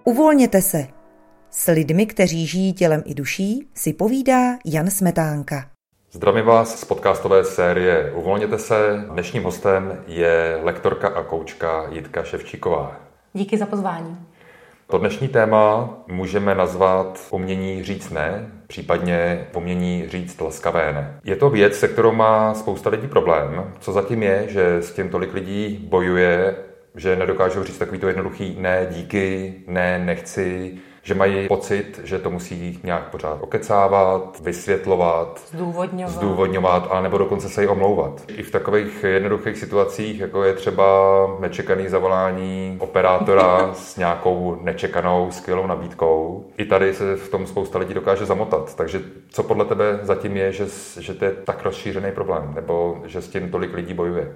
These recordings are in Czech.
Uvolněte se. S lidmi, kteří žijí tělem i duší, si povídá Jan Smetánka. Zdravím vás z podcastové série Uvolněte se. Dnešním hostem je lektorka a koučka Jitka Ševčíková. Díky za pozvání. To dnešní téma můžeme nazvat umění říct ne, případně umění říct laskavé ne. Je to věc, se kterou má spousta lidí problém. Co zatím je, že s tím tolik lidí bojuje, že nedokážou říct takový to jednoduchý ne, díky, ne, nechci, že mají pocit, že to musí nějak pořád okecávat, vysvětlovat, zdůvodňovat, a nebo dokonce se i omlouvat. I v takových jednoduchých situacích, jako je třeba nečekaný zavolání operátora s nějakou nečekanou skvělou nabídkou, i tady se v tom spousta lidí dokáže zamotat. Takže co podle tebe zatím je, že to je tak rozšířený problém, nebo že s tím tolik lidí bojuje?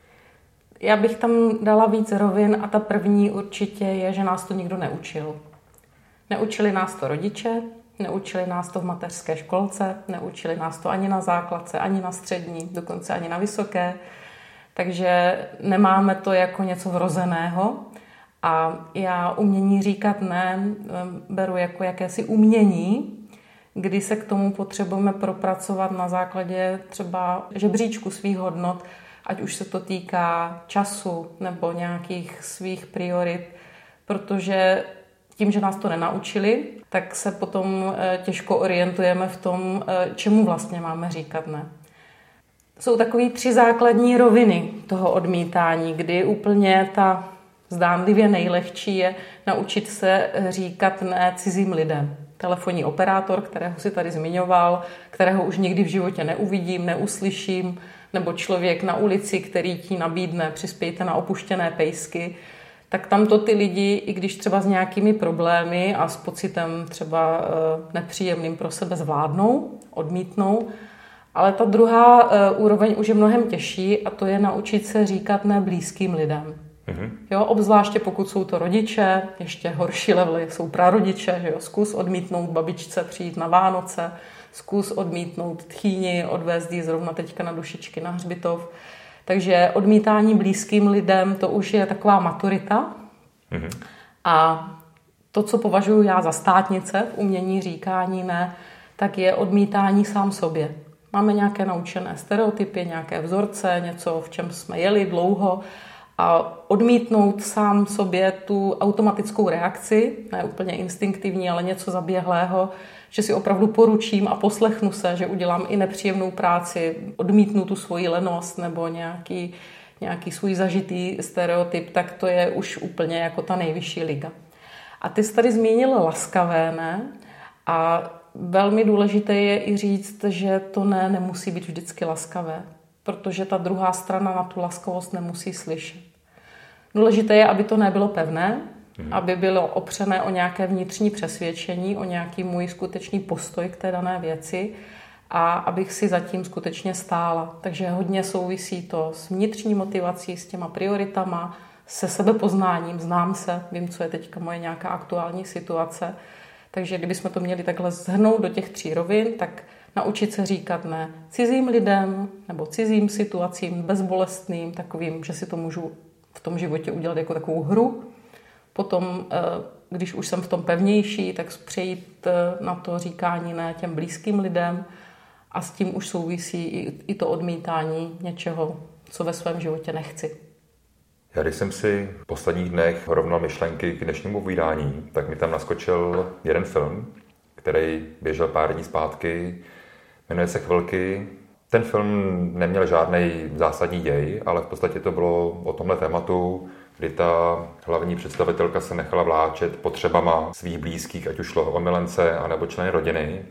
Já bych tam dala víc rovin a ta první určitě je, že nás to nikdo neučil. Neučili nás to rodiče, neučili nás to v mateřské školce, neučili nás to ani na základce, ani na střední, dokonce ani na vysoké. Takže nemáme to jako něco vrozeného. A já umění říkat ne beru jako jakési umění, kdy se k tomu potřebujeme propracovat na základě třeba žebříčku svých hodnot, ať už se to týká času nebo nějakých svých priorit, protože tím, že nás to nenaučili, tak se potom těžko orientujeme v tom, čemu vlastně máme říkat ne. Jsou takový 3 základní roviny toho odmítání, kdy úplně ta zdánlivě nejlehčí je naučit se říkat ne cizím lidem. Telefonní operátor, kterého si tady zmiňoval, kterého už nikdy v životě neuvidím, neuslyším, nebo člověk na ulici, který ti nabídne, přispějte na opuštěné pejsky, tak tamto ty lidi, i když třeba s nějakými problémy a s pocitem třeba nepříjemným pro sebe zvládnou, odmítnou, ale ta druhá úroveň už je mnohem těžší a to je naučit se říkat ne blízkým lidem. Jo, obzvláště pokud jsou to rodiče, ještě horší levely jsou prarodiče, že jo, zkus odmítnout babičce přijít na Vánoce, zkus odmítnout tchýni, odvést ji zrovna teďka na dušičky na hřbitov. Takže odmítání blízkým lidem, to už je taková maturita. A to, co považuji já za státnice v umění říkání ne, tak je odmítání sám sobě. Máme nějaké naučené stereotypy, nějaké vzorce, něco, v čem jsme jeli dlouho, a odmítnout sám sobě tu automatickou reakci, ne úplně instinktivní, ale něco zaběhlého, že si opravdu poručím a poslechnu se, že udělám i nepříjemnou práci, odmítnu tu svoji lenost nebo nějaký svůj zažitý stereotyp, tak to je už úplně jako ta nejvyšší liga. A ty jsi tady zmínil laskavé ne a velmi důležité je i říct, že to ne nemusí být vždycky laskavé, protože ta druhá strana na tu laskavost nemusí slyšet. Důležité je, aby to nebylo pevné, aby bylo opřené o nějaké vnitřní přesvědčení, o nějaký můj skutečný postoj k té dané věci a abych si zatím skutečně stála. Takže hodně souvisí to s vnitřní motivací, s těma prioritama, se sebepoznáním, znám se, vím, co je teďka moje nějaká aktuální situace. Takže kdybychom to měli takhle shrnout do těch 3 rovin, tak naučit se říkat ne cizím lidem nebo cizím situacím, bezbolestným, takovým, že si to můžu v tom životě udělat jako takovou hru. Potom, když už jsem v tom pevnější, tak přejít na to říkání ne těm blízkým lidem a s tím už souvisí i to odmítání něčeho, co ve svém životě nechci. Já když jsem si v posledních dnech rovnal myšlenky k dnešnímu vydání, tak mi tam naskočil jeden film, který běžel pár dní zpátky, jmenuje se Chvilky. Ten film neměl žádný zásadní děj, ale v podstatě to bylo o tomhle tématu, kdy ta hlavní představitelka se nechala vláčet potřebama svých blízkých, ať už šlo o milence, anebo členy rodiny.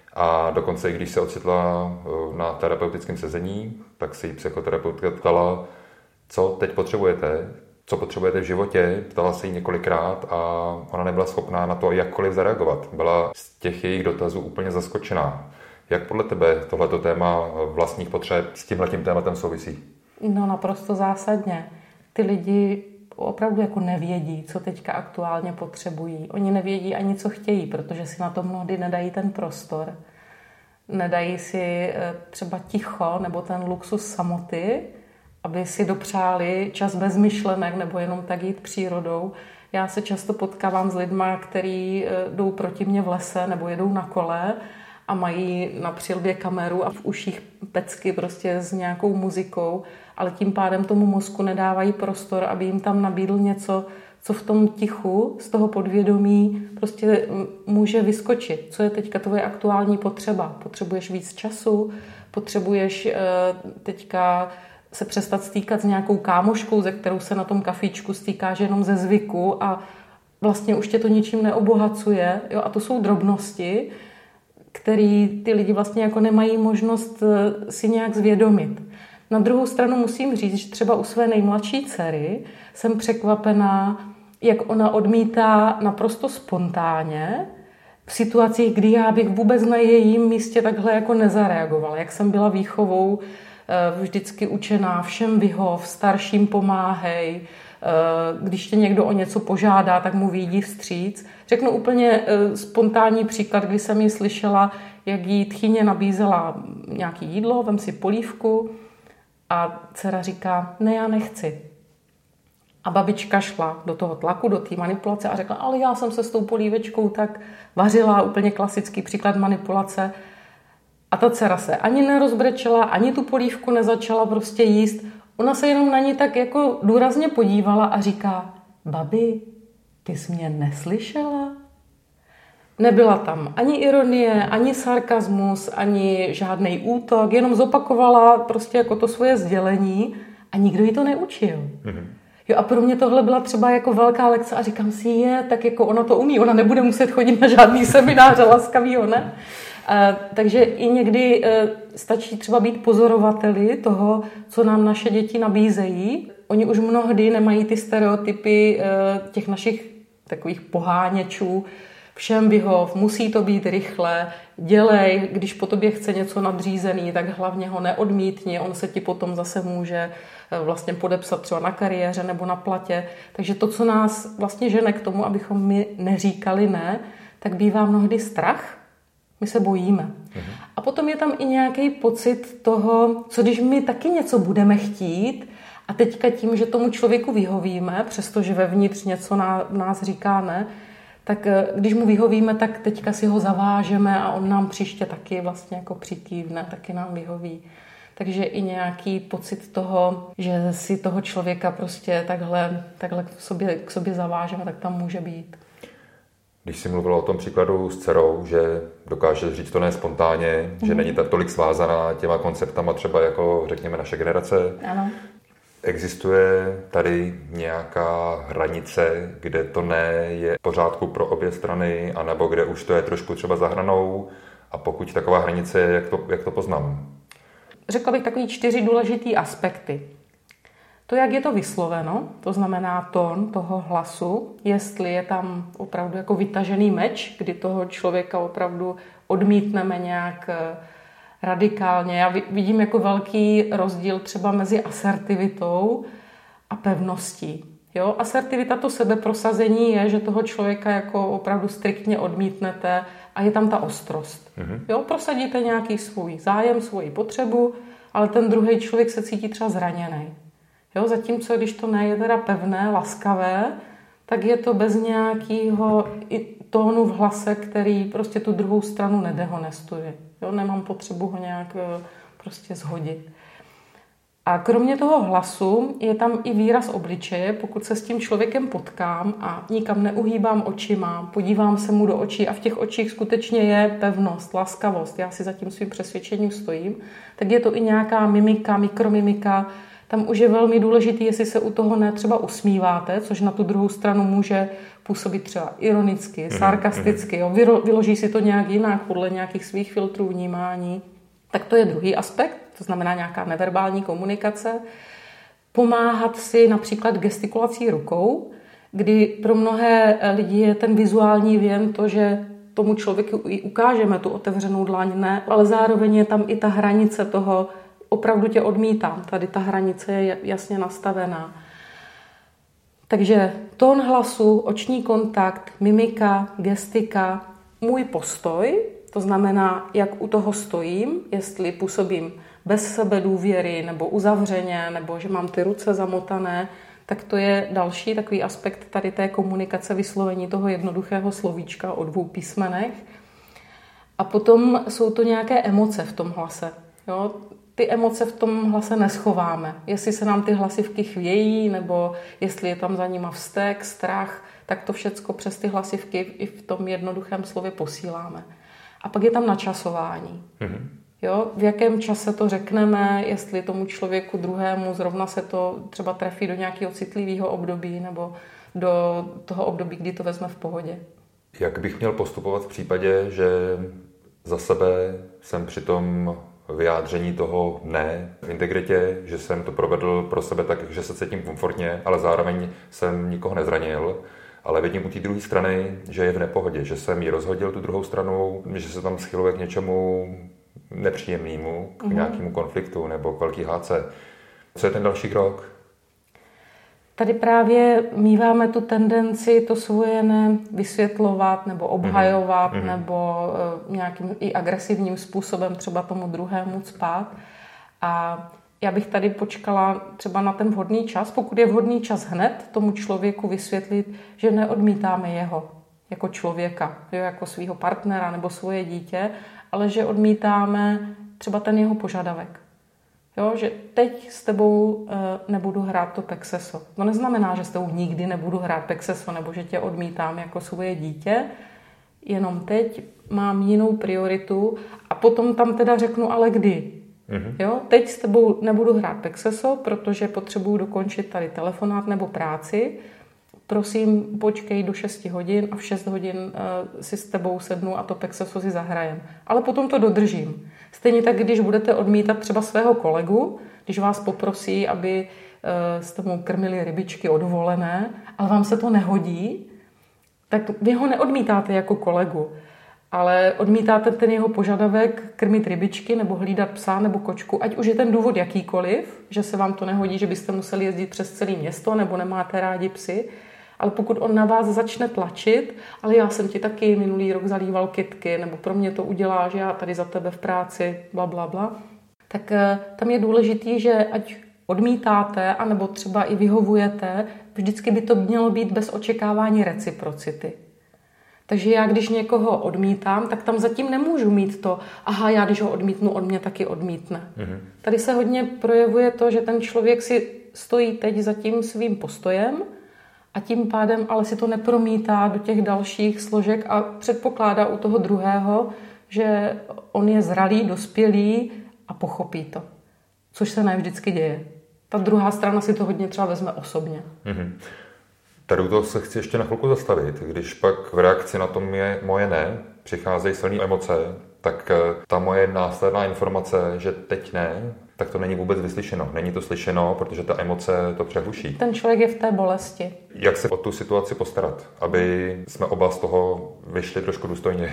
A dokonce, i když se ocitla na terapeutickém sezení, tak si psychoterapeutka ptala, co teď potřebujete, co potřebujete v životě, ptala se jí několikrát a ona nebyla schopná na to jakkoliv zareagovat. Byla z těch jejich dotazů úplně zaskočená. Jak podle tebe tohleto téma vlastních potřeb s tímhletím tématem souvisí? No naprosto zásadně. Ty lidi opravdu jako nevědí, co teďka aktuálně potřebují. Oni nevědí ani, co chtějí, protože si na to mnohdy nedají ten prostor. Nedají si třeba ticho nebo ten luxus samoty, aby si dopřáli čas bez myšlenek nebo jenom tak jít přírodou. Já se často potkávám s lidma, kteří jdou proti mně v lese nebo jedou na kole a mají na přilbě kameru a v uších pecky prostě s nějakou muzikou, ale tím pádem tomu mozku nedávají prostor, aby jim tam nabídl něco, co v tom tichu z toho podvědomí prostě může vyskočit. Co je teďka tvoje aktuální potřeba? Potřebuješ víc času? Potřebuješ teďka se přestat stýkat s nějakou kámoškou, ze kterou se na tom kafíčku stýkáš jenom ze zvyku a vlastně už tě to ničím neobohacuje. Jo? A to jsou drobnosti, které ty lidi vlastně jako nemají možnost si nějak zvědomit. Na druhou stranu musím říct, že třeba u své nejmladší dcery jsem překvapená, jak ona odmítá naprosto spontánně v situacích, kdy já bych vůbec na jejím místě takhle jako nezareagovala. Jak jsem byla výchovou vždycky učená, všem vyhov, starším pomáhej, když tě někdo o něco požádá, tak mu vyjdi vstříc. Řeknu úplně spontánní příklad, kdy jsem ji slyšela, jak jí tchyně nabízela nějaké jídlo, vem si polívku a dcera říká, ne, já nechci. A babička šla do toho tlaku, do té manipulace a řekla, ale já jsem se s tou polívečkou tak vařila, úplně klasický příklad manipulace. A ta dcera se ani nerozbrečela, ani tu polívku nezačala prostě jíst. Ona se jenom na ní tak jako důrazně podívala a říká, babi, ty jsi mě neslyšela? Nebyla tam ani ironie, ani sarkazmus, ani žádný útok, jenom zopakovala prostě jako to svoje sdělení a nikdo jí to neučil. Mm-hmm. Jo, a pro mě tohle byla třeba jako velká lekce a říkám si, tak jako ona to umí, ona nebude muset chodit na žádný semináře laskavýho, ne? Takže i někdy stačí třeba být pozorovateli toho, co nám naše děti nabízejí. Oni už mnohdy nemají ty stereotypy těch našich takových poháněčů. Všem vyhov, musí to být rychle, dělej, když po tobě chce něco nadřízený, tak hlavně ho neodmítni, on se ti potom zase může vlastně podepsat třeba na kariéře nebo na platě. Takže to, co nás vlastně žene k tomu, abychom my neříkali ne, tak bývá mnohdy strach. My se bojíme. A potom je tam i nějaký pocit toho, co když my taky něco budeme chtít a teďka tím, že tomu člověku vyhovíme, přestože vevnitř něco nás říká ne, tak když mu vyhovíme, tak teďka si ho zavážeme a on nám příště taky vlastně jako přikývne, taky nám vyhoví. Takže i nějaký pocit toho, že si toho člověka prostě takhle k sobě zavážeme, tak tam může být. Když jsi mluvila o tom příkladu s dcerou, že dokáže říct to ne spontánně, že není tak tolik svázaná těma konceptama třeba jako řekněme naše generace. Ano. Existuje tady nějaká hranice, kde to ne je v pořádku pro obě strany, anebo kde už to je trošku třeba za hranou a pokud taková hranice je, jak to poznám? Řekla bych takový 4 důležitý aspekty. To, jak je to vysloveno, to znamená tón toho hlasu, jestli je tam opravdu jako vytažený meč, kdy toho člověka opravdu odmítneme nějak radikálně. Já vidím jako velký rozdíl třeba mezi asertivitou a pevností. Jo? Asertivita, to sebeprosazení je, že toho člověka jako opravdu striktně odmítnete a je tam ta ostrost. Mm-hmm. Jo? Prosadíte nějaký svůj zájem, svoji potřebu, ale ten druhý člověk se cítí třeba zraněný. Jo? Zatímco, když to ne je teda pevné, laskavé, tak je to bez nějakého tónu v hlase, který prostě tu druhou stranu nedehonestuje. Jo? Nemám potřebu ho nějak prostě shodit. A kromě toho hlasu je tam i výraz obličeje, pokud se s tím člověkem potkám a nikam neuhýbám očima, podívám se mu do očí a v těch očích skutečně je pevnost, laskavost, já si za tím svým přesvědčením stojím, tak je to i nějaká mimika, mikromimika. Tam už je velmi důležitý, jestli se u toho ne třeba usmíváte, což na tu druhou stranu může působit třeba ironicky, sarkasticky, jo? Vyloží si to nějak jinak podle nějakých svých filtrů vnímání. Tak to je druhý aspekt, to znamená nějaká neverbální komunikace. Pomáhat si například gestikulací rukou, kdy pro mnohé lidi je ten vizuální věm to, že tomu člověku i ukážeme tu otevřenou dlaň, ne, ale zároveň je tam i ta hranice toho, opravdu tě odmítám, tady ta hranice je jasně nastavená. Takže tón hlasu, oční kontakt, mimika, gestika, můj postoj, to znamená, jak u toho stojím, jestli působím bez sebedůvěry nebo uzavřeně, nebo že mám ty ruce zamotané, tak to je další takový aspekt tady té komunikace, vyslovení toho jednoduchého slovíčka o 2 písmenech. A potom jsou to nějaké emoce v tom hlase. Jo? Ty emoce v tom hlase neschováme. Jestli se nám ty hlasivky chvějí, nebo jestli je tam za nima vztek, strach, tak to všecko přes ty hlasivky i v tom jednoduchém slově posíláme. A pak je tam načasování. Jo? V jakém čase to řekneme, jestli tomu člověku druhému zrovna se to třeba trefí do nějakého citlivého období nebo do toho období, kdy to vezme v pohodě. Jak bych měl postupovat v případě, že za sebe jsem při tom vyjádření toho ne v integritě, že jsem to provedl pro sebe tak, že se cítím komfortně, ale zároveň jsem nikoho nezranil, ale vidím u té druhé strany, že je v nepohodě, že jsem ji rozhodil tu druhou stranu, že se tam schyluje k něčemu nepříjemnému, k nějakému konfliktu nebo k velký hádce. Co je ten další krok? Tady právě míváme tu tendenci to svoje ne vysvětlovat nebo obhajovat nebo nějakým i agresivním způsobem třeba tomu druhému cpát. A já bych tady počkala třeba na ten vhodný čas, pokud je vhodný čas hned tomu člověku vysvětlit, že neodmítáme jeho jako člověka, jako svého partnera nebo svoje dítě, ale že odmítáme třeba ten jeho požadavek. Jo, že teď s tebou nebudu hrát to pexeso. To neznamená, že s tebou nikdy nebudu hrát pexeso nebo že tě odmítám jako svoje dítě, jenom teď mám jinou prioritu a potom tam teda řeknu, ale kdy. Jo, teď s tebou nebudu hrát pexeso, protože potřebuju dokončit tady telefonát nebo práci. Prosím, počkej do 6 hodin a v 6 hodin si s tebou sednu a to pexeso si zahrajem. Ale potom to dodržím. Stejně tak, když budete odmítat třeba svého kolegu, když vás poprosí, aby jste mu krmili rybičky od dovolené, ale vám se to nehodí, tak vy ho neodmítáte jako kolegu, ale odmítáte ten jeho požadavek krmit rybičky nebo hlídat psa nebo kočku, ať už je ten důvod jakýkoliv, že se vám to nehodí, že byste museli jezdit přes celé město nebo nemáte rádi psy, ale pokud on na vás začne tlačit, ale já jsem ti taky minulý rok zalíval kytky, nebo pro mě to udělá, že já tady za tebe v práci, bla, bla, bla, tak tam je důležitý, že ať odmítáte, anebo třeba i vyhovujete, vždycky by to mělo být bez očekávání reciprocity. Takže já, když někoho odmítám, tak tam zatím nemůžu mít to, aha, já když ho odmítnu, on mě taky odmítne. Tady se hodně projevuje to, že ten člověk si stojí teď za tím svým postojem, a tím pádem ale si to nepromítá do těch dalších složek a předpokládá u toho druhého, že on je zralý, dospělý a pochopí to. Což se ne vždycky děje. Ta druhá strana si to hodně třeba vezme osobně. Tady u toho se chci ještě na chvilku zastavit. Když pak v reakci na to moje ne přicházejí silné emoce, tak ta moje následná informace, že teď ne, tak to není vůbec vyslyšeno. Není to slyšeno, protože ta emoce to přehluší. Ten člověk je v té bolesti. Jak se o tu situaci postarat, aby jsme oba z toho vyšli trošku důstojně?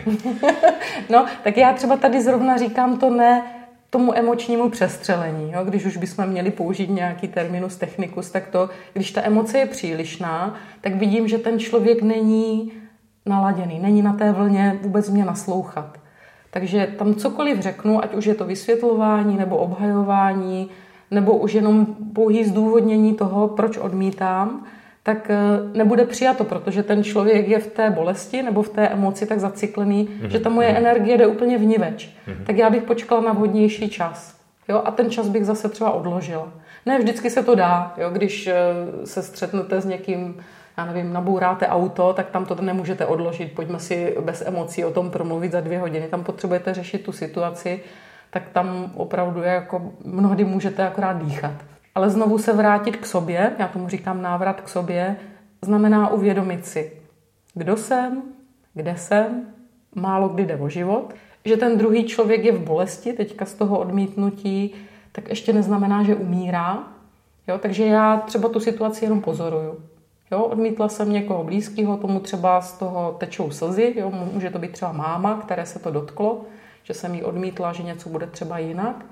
No, tak já třeba tady zrovna říkám to ne tomu emočnímu přestřelení. Jo? Když už bychom měli použít nějaký terminus technicus, tak to, když ta emoce je přílišná, tak vidím, že ten člověk není naladěný, není na té vlně vůbec mě naslouchat. Takže tam cokoliv řeknu, ať už je to vysvětlování nebo obhajování, nebo už jenom pouhý zdůvodnění toho, proč odmítám, tak nebude přijato, protože ten člověk je v té bolesti nebo v té emoci tak zacyklený, že ta moje energie jde úplně vniveč. Tak já bych počkala na vhodnější čas. Jo? A ten čas bych zase třeba odložila. Ne, vždycky se to dá. Jo? Když se střetnete s někým, já nevím, nabouráte auto, tak tam to nemůžete odložit. Pojďme si bez emocí o tom promluvit za 2 hodiny. Tam potřebujete řešit tu situaci, tak tam opravdu jako mnohdy můžete akorát dýchat. Ale znovu se vrátit k sobě, já tomu říkám návrat k sobě, znamená uvědomit si, kdo jsem, kde jsem, málo kdy jde o život, že ten druhý člověk je v bolesti, teďka z toho odmítnutí, tak ještě neznamená, že umírá. Jo? Takže já třeba tu situaci jenom pozoruju. Jo? Odmítla jsem někoho blízkého, tomu třeba z toho tečou slzy, jo? Může to být třeba máma, které se to dotklo, že jsem jí odmítla, že něco bude třeba jinak.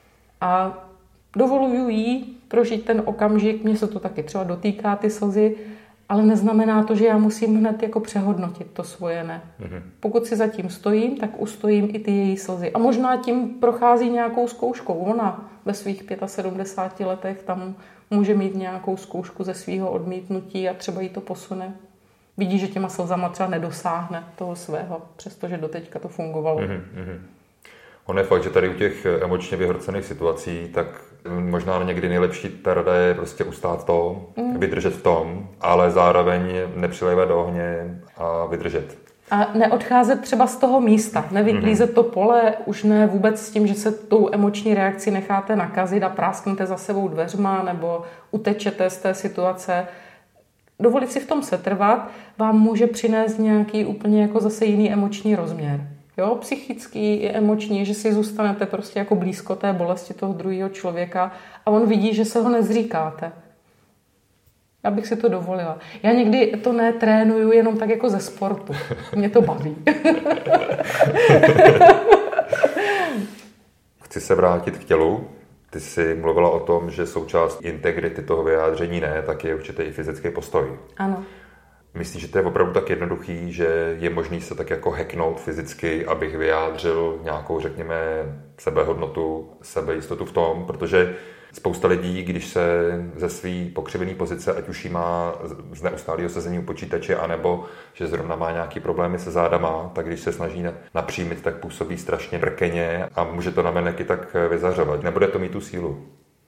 A dovoluju jí prožít ten okamžik, mně se to taky třeba dotýká ty slzy, ale neznamená to, že já musím hned jako přehodnotit to svoje ne. Pokud si zatím stojím, tak ustojím i ty její slzy. A možná tím prochází nějakou zkouškou. Ona ve svých 75 letech tam může mít nějakou zkoušku ze svého odmítnutí a třeba jí to posune. Vidí, že těma slzama třeba nedosáhne toho svého, přestože doteďka to fungovalo. Ono je fakt, že tady u těch emočně vyhrocených situací, tak možná někdy nejlepší ta rada je prostě ustát to, vydržet v tom, ale zároveň nepřilévat do ohně a vydržet. A neodcházet třeba z toho místa, nevyklízet to pole, už ne vůbec s tím, že se tou emoční reakcí necháte nakazit a prásknete za sebou dveřma nebo utečete z té situace. Dovolit si v tom setrvat vám může přinést nějaký úplně jako zase jiný emoční rozměr. Jo, psychický i emoční, že si zůstanete prostě jako blízko té bolesti toho druhého člověka a on vidí, že se ho nezříkáte. Já bych si to dovolila. Já někdy to netrénuju jenom tak jako ze sportu. Mě to baví. Chci se vrátit k tělu. Ty jsi mluvila o tom, že součást integrity toho vyjádření ne, tak je určitě i fyzický postoj. Ano. Myslíš, že to je opravdu tak jednoduchý, že je možný se tak jako hacknout fyzicky, abych vyjádřil nějakou, řekněme, sebehodnotu, sebejistotu v tom, protože spousta lidí, když se ze svý pokřivený pozice, ať už jí má z neustálého sezení u počítače, anebo že zrovna má nějaký problémy se zádama, tak když se snaží napřímit, tak působí strašně drkeně a může to na meneky tak vyzařovat. Nebude to mít tu sílu?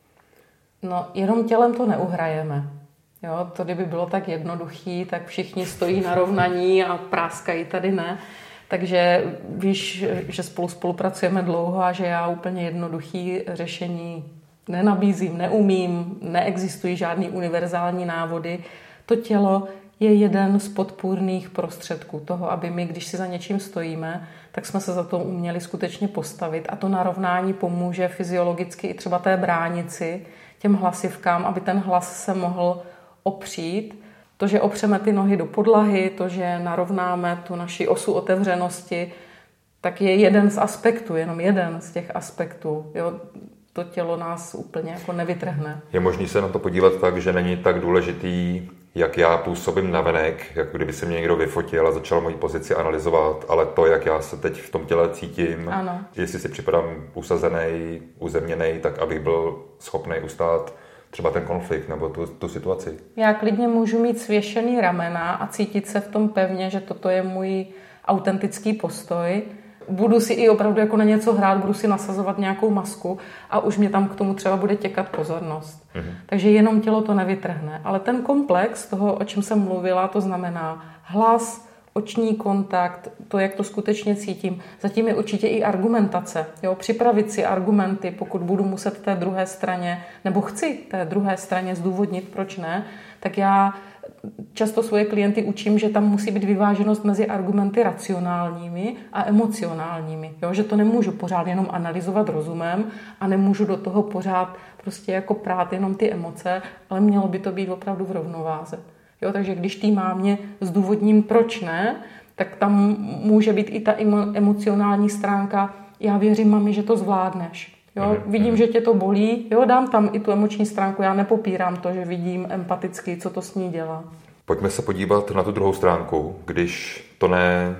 No, jenom tělem to neuhrajeme. Jo, to kdyby bylo tak jednoduchý, tak všichni stojí na rovnaní a práskají, tady ne. Takže víš, že spolupracujeme dlouho a že já úplně jednoduchý řešení nenabízím, neumím, neexistují žádný univerzální návody. To tělo je jeden z podpůrných prostředků toho, aby my, když si za něčím stojíme, tak jsme se za to uměli skutečně postavit a to narovnání pomůže fyziologicky i třeba té bránici, těm hlasivkám, aby ten hlas se mohl opřít. To, že opřeme ty nohy do podlahy, to, že narovnáme tu naši osu otevřenosti, tak je jeden z aspektů, jenom jeden z těch aspektů. Jo, to tělo nás úplně jako nevytrhne. Je možný se na to podívat tak, že není tak důležitý, jak já působím navenek, jako kdyby se mě někdo vyfotil a začal moji pozici analyzovat, ale to, jak já se teď v tom těle cítím, ano. Jestli si připadám usazený, uzemněný, tak abych byl schopný ustát třeba ten konflikt nebo tu situaci. Já klidně můžu mít svěšený ramena a cítit se v tom pevně, že toto je můj autentický postoj. Budu si i opravdu jako na něco hrát, budu si nasazovat nějakou masku a už mě tam k tomu třeba bude těkat pozornost. Takže jenom tělo to nevytrhne. Ale ten komplex toho, o čem jsem mluvila, to znamená hlas, oční kontakt, to, jak to skutečně cítím. Zatím je určitě i argumentace. Jo? Připravit si argumenty, pokud budu muset té druhé straně, nebo chci té druhé straně zdůvodnit, proč ne, tak já často svoje klienty učím, že tam musí být vyváženost mezi argumenty racionálními a emocionálními. Jo? Že to nemůžu pořád jenom analyzovat rozumem a nemůžu do toho pořád prostě jako prát jenom ty emoce, ale mělo by to být opravdu v rovnováze. Jo, takže když tý mámě zdůvodním, proč ne, tak tam může být i ta emocionální stránka. Já věřím, mami, že to zvládneš. Jo, vidím, že tě to bolí. Jo, dám tam i tu emoční stránku. Já nepopírám to, že vidím empaticky, co to s ní dělá. Pojďme se podívat na tu druhou stránku, když to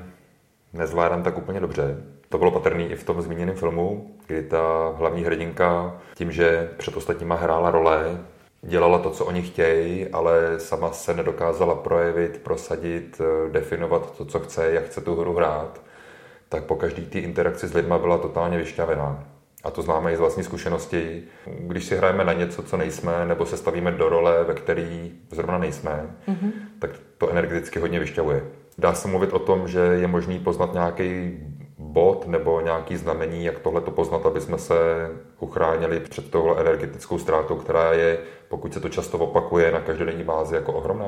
nezvládám tak úplně dobře. To bylo patrný i v tom zmíněném filmu, kdy ta hlavní hrdinka tím, že před ostatníma hrála role, dělala to, co oni chtějí, ale sama se nedokázala projevit, prosadit, definovat to, co chce, jak chce tu hru hrát, tak po každý té interakci s lidma byla totálně vyšťavená. A to známe i z vlastní zkušenosti. Když si hrajeme na něco, co nejsme, nebo se stavíme do role, ve který zrovna nejsme, tak to energeticky hodně vyšťavuje. Dá se mluvit o tom, že je možný poznat nějaký bod nebo nějaký znamení, jak tohle to poznat, aby jsme se uchránili před tohle energetickou ztrátou, která je, pokud se to často opakuje, na každodenní bázi jako ohromná?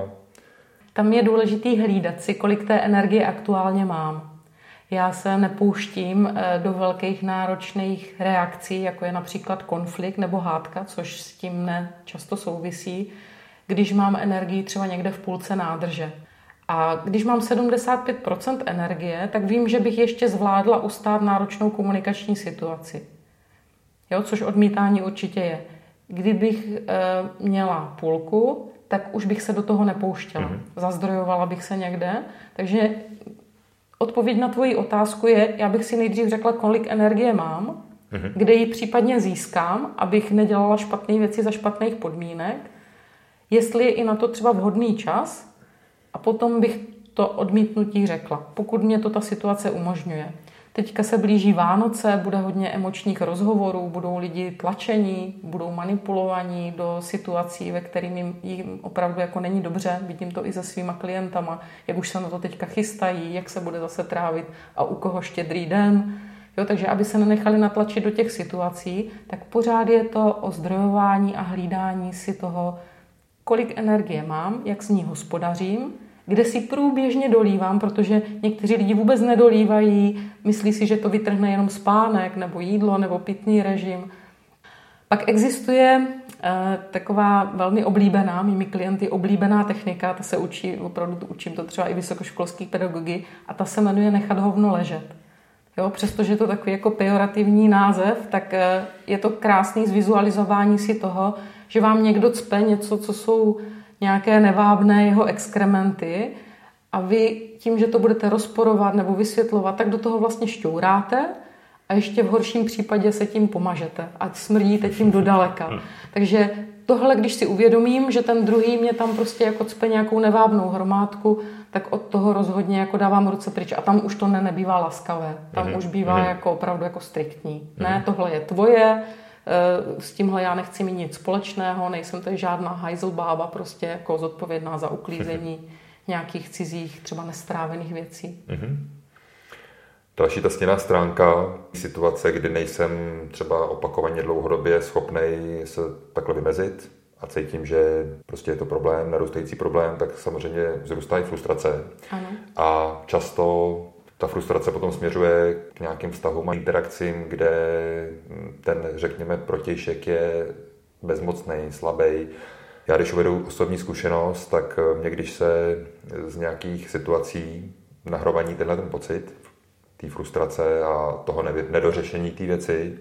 Tam je důležitý hlídat si, kolik té energie aktuálně mám. Já se nepouštím do velkých náročných reakcí, jako je například konflikt nebo hádka, což s tím nečasto souvisí, když mám energii třeba někde v půlce nádrže. A když mám 75% energie, tak vím, že bych ještě zvládla ustát náročnou komunikační situaci. Jo, což odmítání určitě je. Kdybych měla půlku, tak už bych se do toho nepouštěla. Zazdrojovala bych se někde. Takže odpověď na tvoji otázku je, já bych si nejdřív řekla, kolik energie mám, kde ji případně získám, abych nedělala špatné věci za špatných podmínek, jestli je i na to třeba vhodný čas a potom bych to odmítnutí řekla, pokud mě to ta situace umožňuje. Teďka se blíží Vánoce, bude hodně emočních rozhovorů, budou lidi tlačení, budou manipulovaní do situací, ve kterým jim opravdu jako není dobře. Vidím to i se svýma klientama, jak už se na to teďka chystají, jak se bude zase trávit a u koho Štědrý den. Jo, takže aby se nenechali natlačit do těch situací, tak pořád je to o zdrojování a hlídání si toho, kolik energie mám, jak s ní hospodařím, kde si průběžně dolívám, protože někteří lidi vůbec nedolívají, myslí si, že to vytrhne jenom spánek, nebo jídlo, nebo pitný režim. Pak existuje taková velmi oblíbená, mými klienty oblíbená technika, ta se učí, opravdu učím to třeba i vysokoškolský pedagogy, a ta se jmenuje nechat hovno ležet. Jo, přestože je to takový jako pejorativní název, tak je to krásný zvizualizování si toho, že vám někdo cpe něco, co jsou nějaké nevábné jeho exkrementy a vy tím, že to budete rozporovat nebo vysvětlovat, tak do toho vlastně šťouráte a ještě v horším případě se tím pomažete a smrdíte tím do daleka. Takže tohle, když si uvědomím, že ten druhý mě tam prostě jako cpe nějakou nevábnou hromádku, tak od toho rozhodně jako dávám ruce pryč a tam už to nebývá laskavé. Tam už bývá jako opravdu jako striktní. Ne, tohle je tvoje, s tímhle já nechci mít nic společného, nejsem tady žádná hajzlbába, prostě jako zodpovědná za uklízení nějakých cizích, třeba nestrávených věcí. Další ta stěnná stránka, situace, kdy nejsem třeba opakovaně dlouhodobě schopnej se takhle vymezit a cítím, že prostě je to problém, narůstající problém, tak samozřejmě vzrůstá i frustrace. Ano. A často ta frustrace potom směřuje k nějakým vztahům a interakcím, kde ten, řekněme, protějšek je bezmocný, slabý. Já když uvedu osobní zkušenost, tak mě, když se z nějakých situací nahrovaní tenhle ten pocit, té frustrace a toho nedořešení té věci,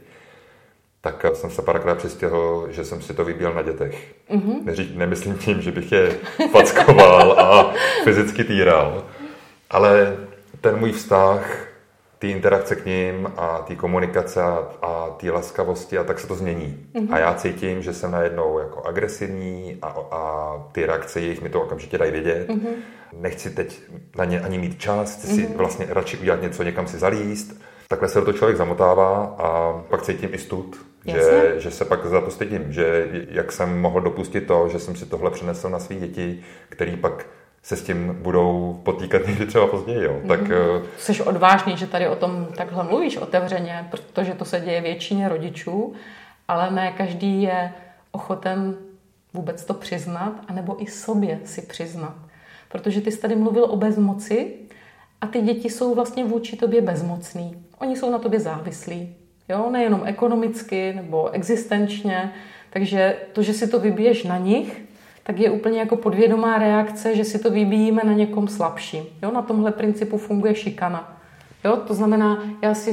tak jsem se párkrát přistihl, že jsem si to vybíjel na dětech. Nemyslím tím, že bych je fackoval a fyzicky týral, ale ten můj vztah, ty interakce k ním a ty komunikace a ty laskavosti, a tak se to změní. A já cítím, že jsem najednou jako agresivní a ty reakce jejich mi to okamžitě dají vědět. Nechci teď na ně ani mít čas, chci si vlastně radši udělat něco, někam si zalíst. Takhle se do toho člověk zamotává a pak cítím i stud, že se pak za to stydím, že jak jsem mohl dopustit to, že jsem si tohle přenesl na svý děti, který pak se s tím budou potýkat někdy třeba později. Jo. Tak, jsi odvážný, že tady o tom takhle mluvíš otevřeně, protože to se děje většině rodičů, ale ne každý je ochoten vůbec to přiznat, anebo i sobě si přiznat. Protože ty jsi tady mluvil o bezmoci a ty děti jsou vlastně vůči tobě bezmocný. Oni jsou na tobě závislí. Jo? Nejenom ekonomicky nebo existenčně. Takže to, že si to vybiješ na nich, tak je úplně jako podvědomá reakce, že si to vybíjíme na někom slabším. Jo? Na tomhle principu funguje šikana. Jo? To znamená, já si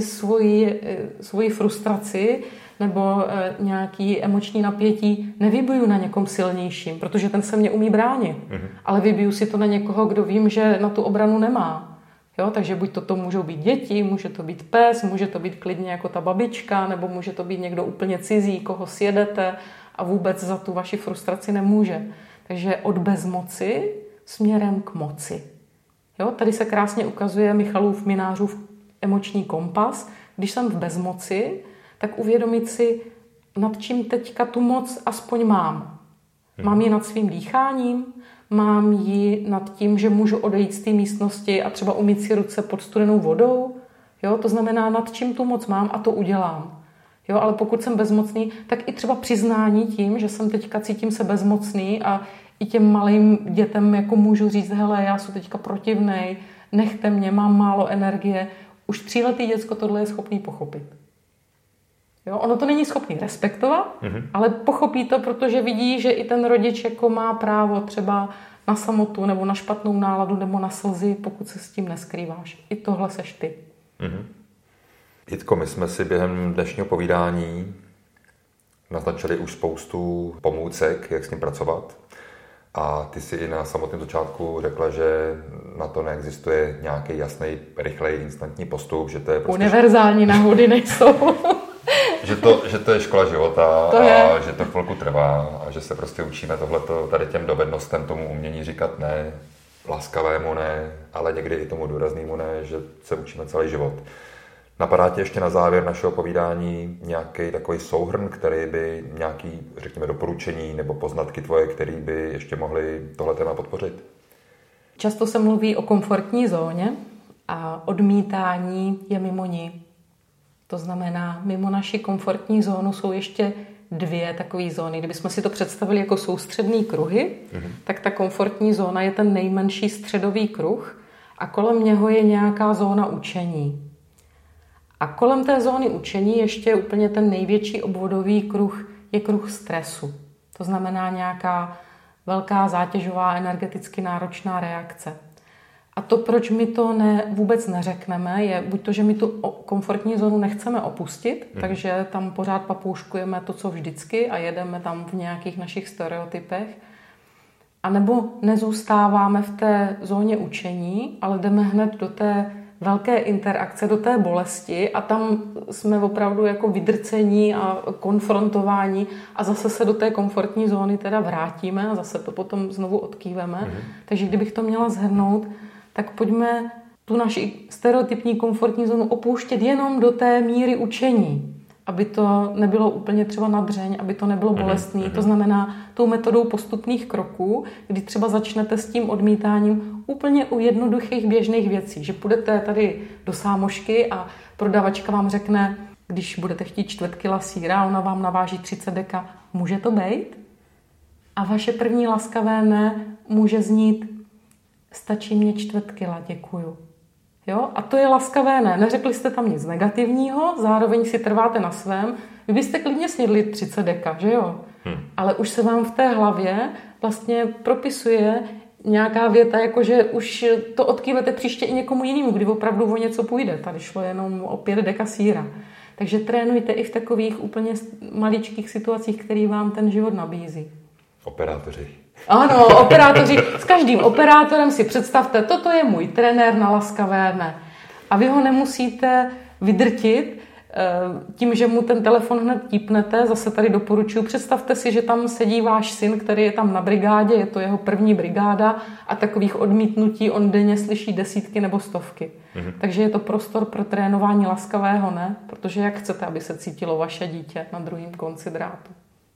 svoji frustraci nebo nějaký emoční napětí nevybiju na někom silnějším, protože ten se mě umí bránit. Ale vybiju si to na někoho, kdo vím, že na tu obranu nemá. Jo? Takže buď to můžou být děti, může to být pes, může to být klidně jako ta babička, nebo může to být někdo úplně cizí, koho sjedete a vůbec za tu vaši frustraci nemůže. Takže od bezmoci směrem k moci. Jo? Tady se krásně ukazuje Michalův Minářův emoční kompas. Když jsem v bezmoci, tak uvědomit si, nad čím teďka tu moc aspoň mám. Mám ji nad svým dýcháním, mám ji nad tím, že můžu odejít z té místnosti a třeba umýt si ruce pod studenou vodou. Jo? To znamená, nad čím tu moc mám a to udělám. Jo, ale pokud jsem bezmocný, tak i třeba přiznání tím, že jsem teďka cítím se bezmocný a i těm malým dětem jako můžu říct, hele, já jsem teďka protivnej, nechte mě, mám málo energie. Už 3letý děcko tohle je schopný pochopit. Jo, ono to není schopný respektovat, ale pochopí to, protože vidí, že i ten rodič jako má právo třeba na samotu nebo na špatnou náladu nebo na slzy, pokud se s tím neskrýváš. I tohle seš ty. Jitko, my jsme si během dnešního povídání naznačili už spoustu pomůcek, jak s tím pracovat. A ty si i na samotném začátku řekla, že na to neexistuje nějaký jasný, rychlej, instantní postup, že to je prostě... Univerzální náhody nejsou. že to je škola života a že to chvilku trvá a že se prostě učíme tohleto, tady těm dovednostem, tomu umění říkat ne, laskavému ne, ale někdy i tomu důraznému ne, že se učíme celý život. Napadá tě ještě na závěr našeho povídání nějaký takový souhrn, který by nějaký, řekněme, doporučení nebo poznatky tvoje, který by ještě mohly tohle téma podpořit? Často se mluví o komfortní zóně a odmítání je mimo ní. To znamená, mimo naši komfortní zónu jsou ještě 2 takové zóny. Kdybychom si to představili jako soustřední kruhy, tak ta komfortní zóna je ten nejmenší středový kruh a kolem něho je nějaká zóna učení. A kolem té zóny učení ještě úplně ten největší obvodový kruh je kruh stresu. To znamená nějaká velká zátěžová energeticky náročná reakce. A to, proč my to vůbec neřekneme, je buď to, že my tu komfortní zónu nechceme opustit, takže tam pořád papouškujeme to, co vždycky a jedeme tam v nějakých našich stereotypech, anebo nezůstáváme v té zóně učení, ale jdeme hned do té velké interakce, do té bolesti a tam jsme opravdu jako vydrcení a konfrontování a zase se do té komfortní zóny teda vrátíme a zase to potom znovu odkýveme. Takže kdybych to měla shrnout, tak pojďme tu naši stereotypní komfortní zónu opouštět jenom do té míry učení, aby to nebylo úplně třeba na dřeň, aby to nebylo bolestný. To znamená tou metodou postupných kroků, kdy třeba začnete s tím odmítáním úplně u jednoduchých běžných věcí, že půjdete tady do sámošky a prodavačka vám řekne, když budete chtít 4 kila sýra, ona vám naváží 30 deka, může to být? A vaše první laskavé ne může znít, stačí mě 4 kila, děkuju. Jo? A to je laskavé ne. Neřekli jste tam nic negativního, zároveň si trváte na svém. Vy byste klidně snědli 30 deka, že jo? Ale už se vám v té hlavě vlastně propisuje nějaká věta, jakože už to odkývete příště i někomu jinému, kdy opravdu o něco půjde. Tady šlo jenom o 5 deka sýra. Takže trénujte i v takových úplně maličkých situacích, které vám ten život nabízí. Operátoři. Ano, operátoři. S každým operátorem si představte, toto je můj trenér na laskavé ne. A vy ho nemusíte vydrtit tím, že mu ten telefon hned típnete. Zase tady doporučuji, představte si, že tam sedí váš syn, který je tam na brigádě, je to jeho první brigáda a takových odmítnutí on denně slyší 10 nebo 100. Takže je to prostor pro trénování laskavého ne, protože jak chcete, aby se cítilo vaše dítě na druhém konci drátu.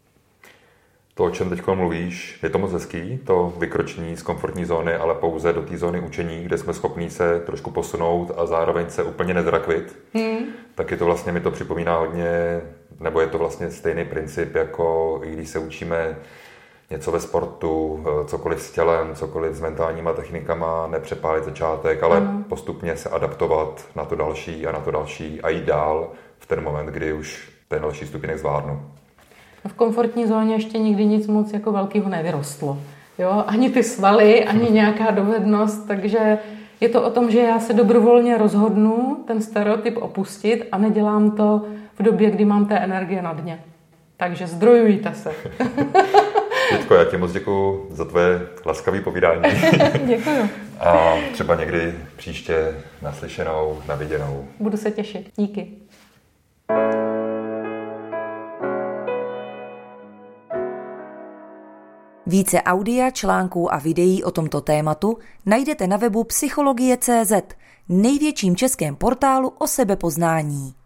To, o čem teď mluvíš, je to moc hezký, to vykročení z komfortní zóny, ale pouze do té zóny učení, kde jsme schopní se trošku posunout a zároveň se úplně nezrakvit. Tak je to vlastně, mi to připomíná hodně, nebo je to vlastně stejný princip, jako i když se učíme něco ve sportu, cokoliv s tělem, cokoliv s mentálníma technikama, nepřepálit začátek, ale postupně se adaptovat na to další a jít dál v ten moment, kdy už ten další stupinek zvládnu. V komfortní zóně ještě nikdy nic moc jako velkého nevyrostlo. Jo? Ani ty svaly, ani nějaká dovednost, takže je to o tom, že já se dobrovolně rozhodnu ten stereotyp opustit a nedělám to v době, kdy mám té energie na dně. Takže zdrojujte se. Dětko, já ti moc děkuju za tvoje laskavé povídání. Děkuju. A třeba někdy příště naslyšenou, naviděnou. Budu se těšit. Díky. Více audia, článků a videí o tomto tématu najdete na webu psychologie.cz, největším českém portálu o sebepoznání.